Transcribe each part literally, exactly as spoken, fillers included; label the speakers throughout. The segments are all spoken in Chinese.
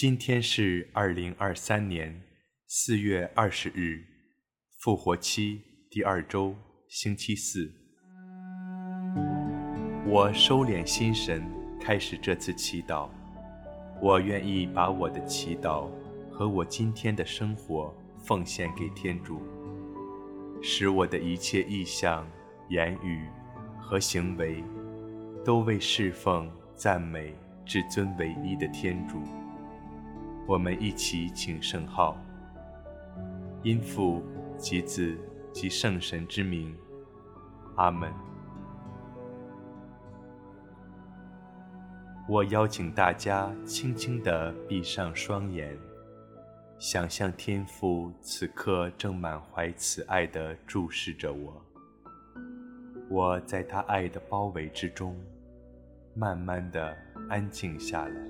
Speaker 1: 今天是二零二三年四月二十日，复活期第二周，星期四。我收敛心神，开始这次祈祷。我愿意把我的祈祷和我今天的生活奉献给天主，使我的一切意向、言语和行为都为侍奉、赞美至尊唯一的天主。我们一起请圣号，因父及子及圣神之名，阿们。我邀请大家轻轻地闭上双眼，想象天父此刻正满怀慈爱地注视着我，我在他爱的包围之中，慢慢地安静下来。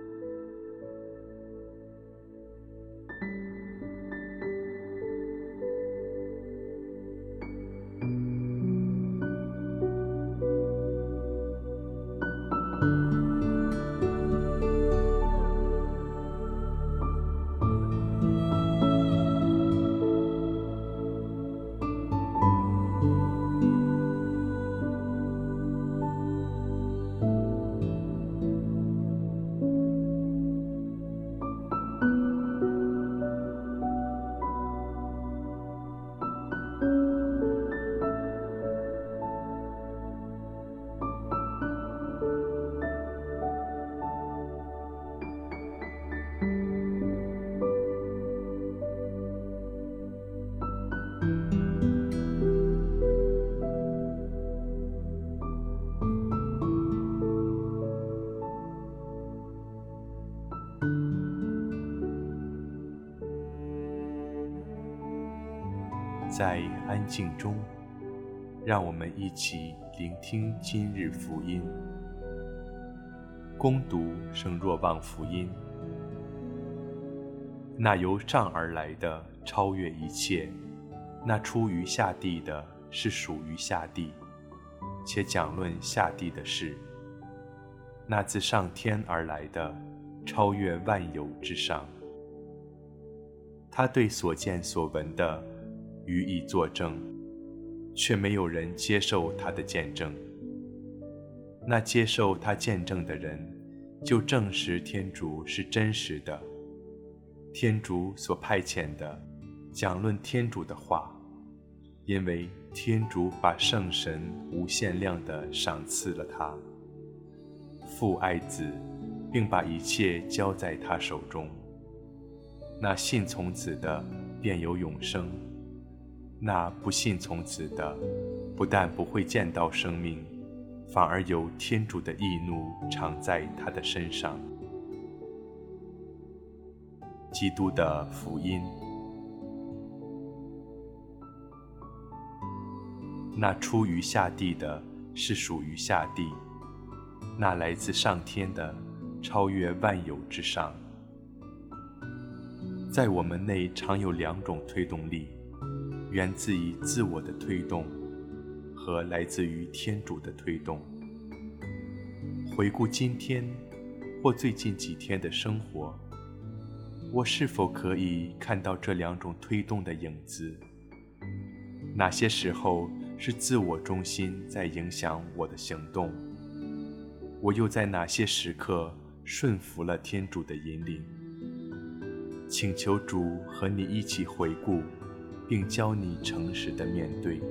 Speaker 1: 在安静中，让我们一起聆听今日福音。恭读圣若望福音。那由上而来的超越一切，那出于下地的是属于下地，且讲论下地的事。那自上天而来的超越万有之上。他对所见所闻的予以作证，却没有人接受他的见证。那接受他见证的人，就证实天主是真实的，天主所派遣的，讲论天主的话，因为天主把圣神无限量地赏赐了他。父爱子，并把一切交在他手中。那信从子的，便有永生。那不信从子的，不但不会见到生命，反而有天主的义怒常在他的身上。基督的福音。那出于下地的是属于下地，那来自上天的超越万有之上。在我们内常有两种推动力，源自于自我的推动和来自于天主的推动。回顾今天或最近几天的生活，我是否可以看到这两种推动的影子？哪些时候是自我中心在影响我的行动？我又在哪些时刻顺服了天主的引领？请求主和你一起回顾，并教你诚实地面对。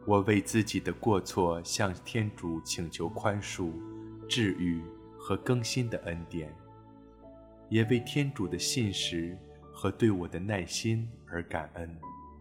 Speaker 1: 我为自己的过错向天主请求宽恕、治愈和更新的恩典，也为天主的信实和对我的耐心而感恩。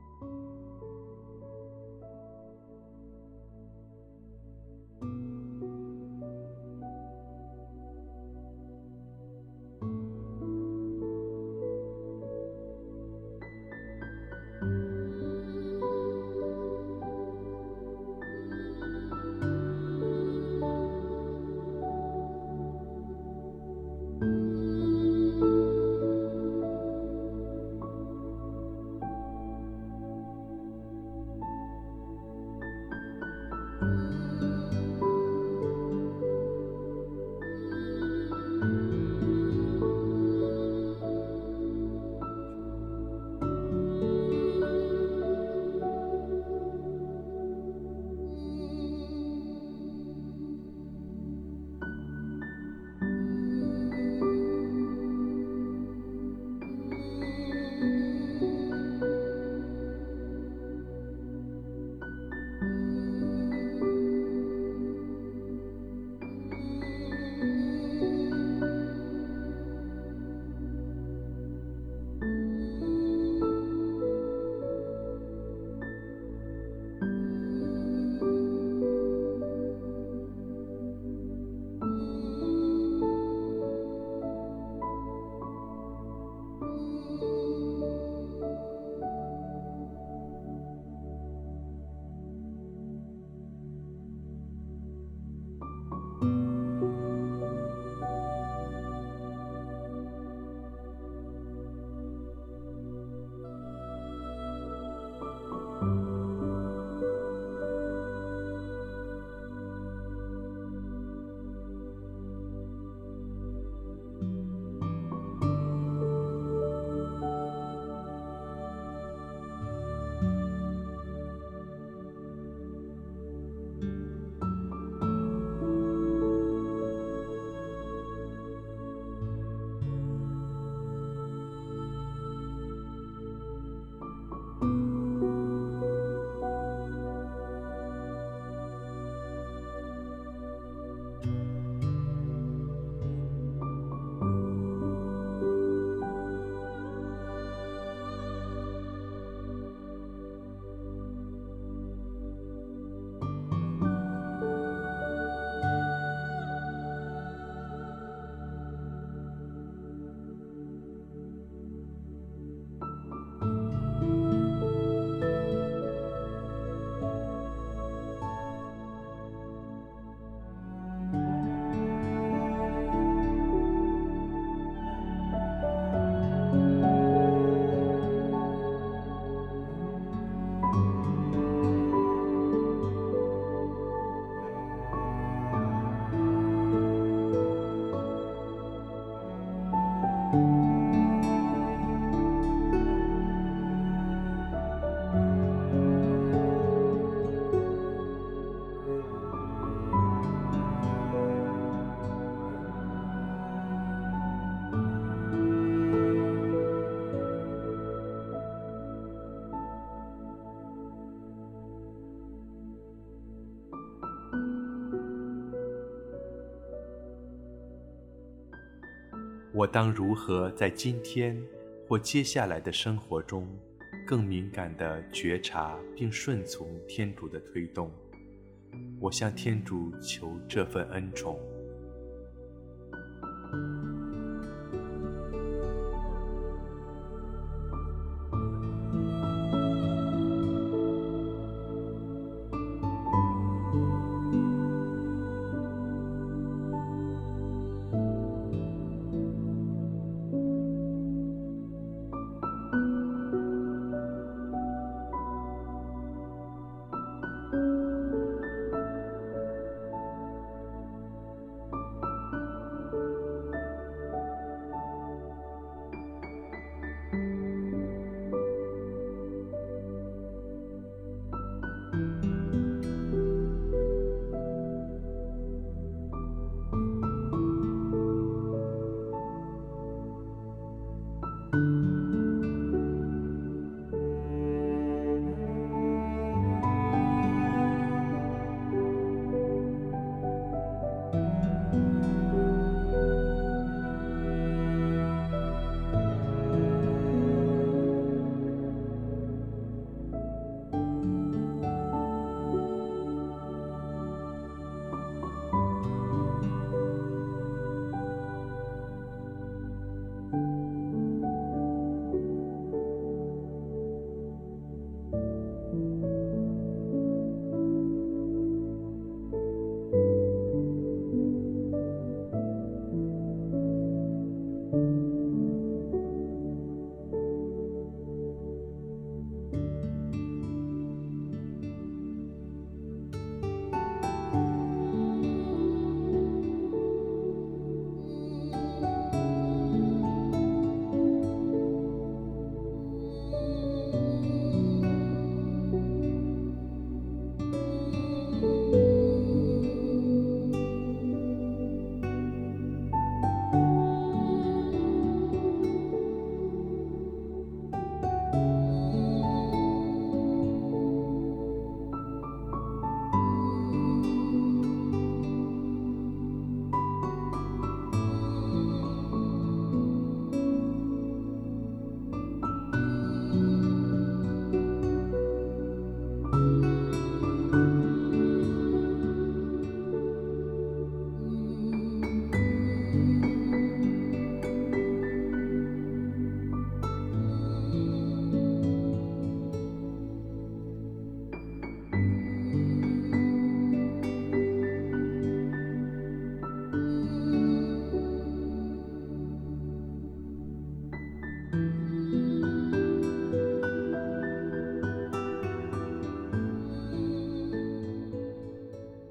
Speaker 1: 我当如何在今天或接下来的生活中，更敏感地觉察并顺从天主的推动？我向天主求这份恩宠。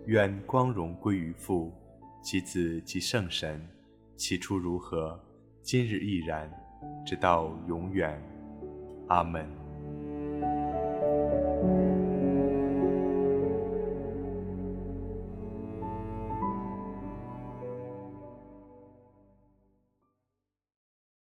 Speaker 1: 愿光荣归于父及子及圣神，起初如何，今日亦然，直到永远。阿们。